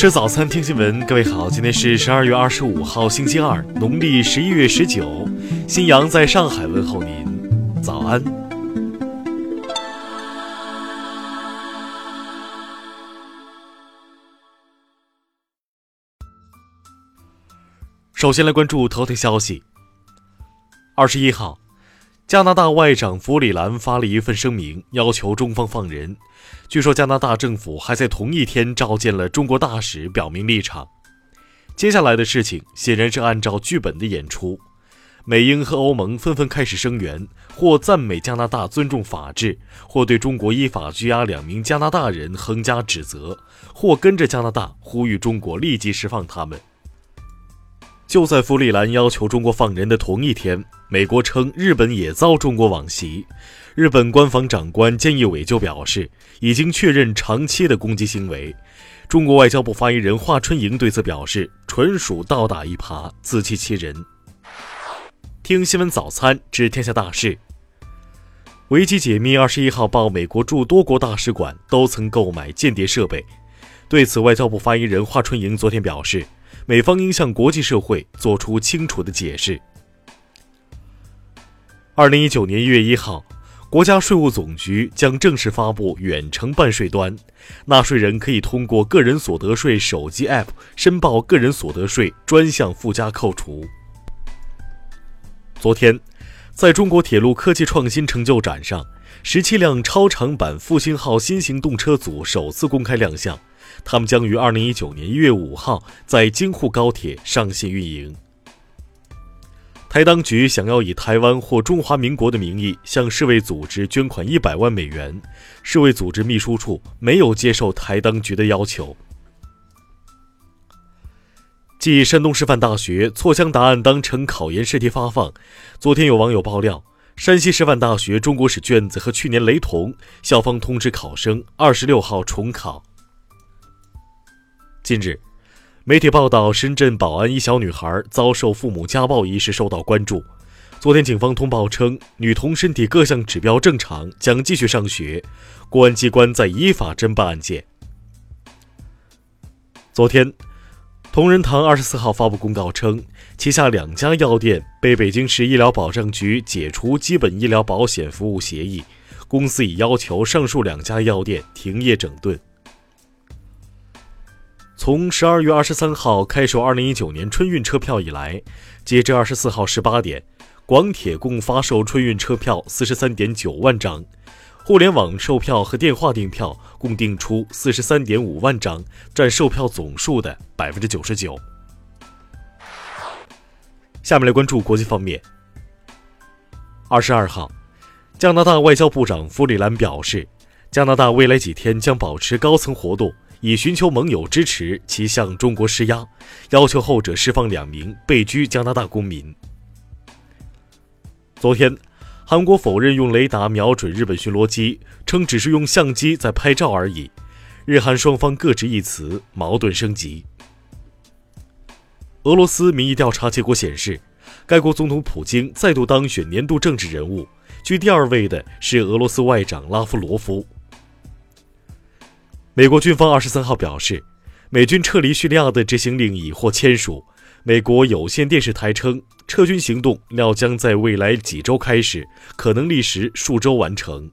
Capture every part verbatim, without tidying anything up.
吃早餐，听新闻。各位好，今天是十二月二十五号，星期二，农历十一月十九。新阳在上海问候您，早安。首先来关注头条消息。二十一号，加拿大外长弗里兰发了一份声明，要求中方放人。据说加拿大政府还在同一天召见了中国大使，表明立场。接下来的事情显然是按照剧本的演出。美英和欧盟纷纷开始声援，或赞美加拿大尊重法治，或对中国依法拘押两名加拿大人横加指责，或跟着加拿大呼吁中国立即释放他们。就在弗里兰要求中国放人的同一天，美国称日本也遭中国往袭。日本官房长官菅义伟就表示，已经确认长期的攻击行为。中国外交部发言人华春莹对此表示，纯属倒打一耙，自欺欺人。听新闻早餐知天下大事。维基解密二十一号报，美国驻多国大使馆都曾购买间谍设备。对此，外交部发言人华春莹昨天表示，美方应向国际社会做出清楚的解释。二零一九年一月一号，国家税务总局将正式发布远程办税端，纳税人可以通过个人所得税手机 App 申报个人所得税专项附加扣除。昨天，在中国铁路科技创新成就展上，十七辆超长版复兴号新型动车组首次公开亮相，他们将于二零一九年一月五号在京沪高铁上线运营。台当局想要以台湾或中华民国的名义向世卫组织捐款一百万美元，世卫组织秘书处没有接受台当局的要求。继山东师范大学错将答案当成考研试题发放，昨天有网友爆料，山西师范大学中国史卷子和去年雷同，校方通知考生二十六号重考。近日，媒体报道深圳宝安一小女孩遭受父母家暴一事受到关注。昨天警方通报称，女童身体各项指标正常，将继续上学，公安机关在依法侦办案件。昨天，同仁堂二十四号发布公告称，旗下两家药店被北京市医疗保障局解除基本医疗保险服务协议，公司已要求上述两家药店停业整顿。从十二月二十三号开售二零一九年春运车票以来，截至二十四号十八点，广铁共发售春运车票 四十三点九万张，互联网售票和电话订票共订出 四十三点五万张，占售票总数的 百分之九十九。 下面来关注国际方面。二十二号，加拿大外交部长弗里兰表示，加拿大未来几天将保持高层活动，以寻求盟友支持其向中国施压，要求后者释放两名被拘加拿大公民。昨天，韩国否认用雷达瞄准日本巡逻机，称只是用相机在拍照而已。日韩双方各执一词，矛盾升级。俄罗斯民意调查结果显示，该国总统普京再度当选年度政治人物，居第二位的是俄罗斯外长拉夫罗夫。美国军方二十三号表示，美军撤离叙利亚的执行令已获签署。美国有线电视台称，撤军行动料将在未来几周开始，可能历时数周完成。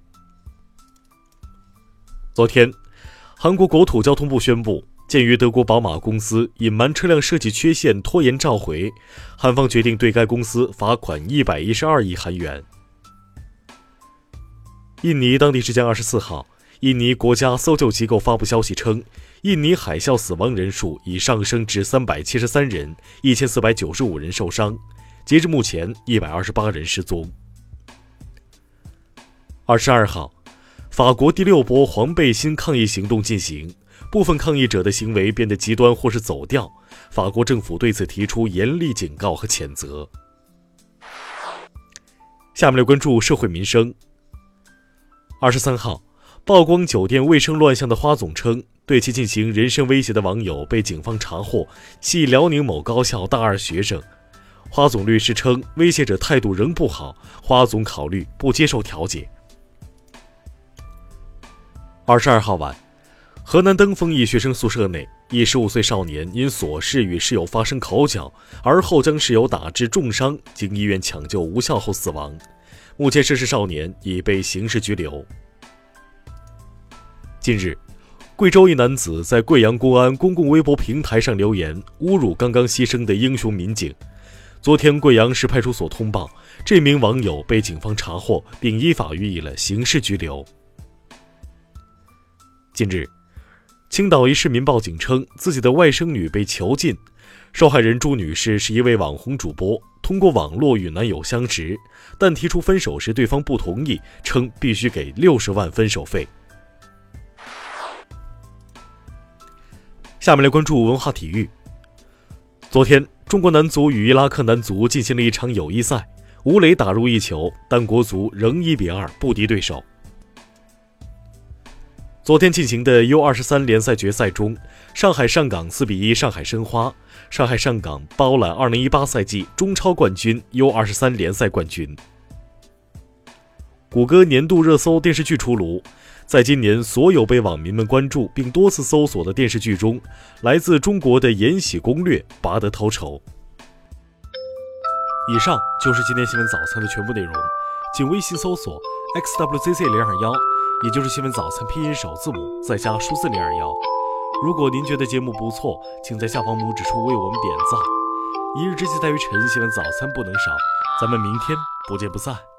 昨天，韩国国土交通部宣布，鉴于德国宝马公司隐瞒车辆设计缺陷拖延召回，韩方决定对该公司罚款一百一十二亿韩元。印尼当地时间二十四号，印尼国家搜救机构发布消息称，印尼海啸死亡人数已上升至三百七十三人，一千四百九十五人受伤，截至目前一百二十八人失踪。二十二号，法国第六波黄背心抗议行动进行，部分抗议者的行为变得极端或是走调，法国政府对此提出严厉警告和谴责。下面来关注社会民生。二十三号，曝光酒店卫生乱象的花总称，对其进行人身威胁的网友被警方查获，系辽宁某高校大二学生。花总律师称，威胁者态度仍不好，花总考虑不接受调解。二十二号晚，河南登封一学生宿舍内， 一十五岁少年因琐事与室友发生口角，而后将室友打致重伤，经医院抢救无效后死亡。目前涉事少年已被刑事拘留。近日，贵州一男子在贵阳公安公共微博平台上留言，侮辱刚刚牺牲的英雄民警。昨天，贵阳市派出所通报，这名网友被警方查获，并依法予以了刑事拘留。近日，青岛一市民报警称，自己的外甥女被囚禁。受害人朱女士是一位网红主播，通过网络与男友相识，但提出分手时对方不同意，称必须给六十万分手费。下面来关注文化体育。昨天，中国男足与伊拉克男足进行了一场友谊赛，吴磊打入一球，但国足仍一比二不敌对手。昨天进行的 U 二十三 联赛决赛中，上海上港四比一上海申花，上海上港包揽二零一八赛季中超冠军 U 二十三 联赛冠军。谷歌年度热搜电视剧出炉，在今年所有被网民们关注并多次搜索的电视剧中，来自中国的《延禧攻略》拔得头筹。以上就是今天新闻早餐的全部内容，请微信搜索 X W Z Z 零二一，也就是新闻早餐拼音首字母再加数字零二一。如果您觉得节目不错，请在下方拇指处为我们点赞。一日之计在于晨，新闻早餐不能少，咱们明天不见不散。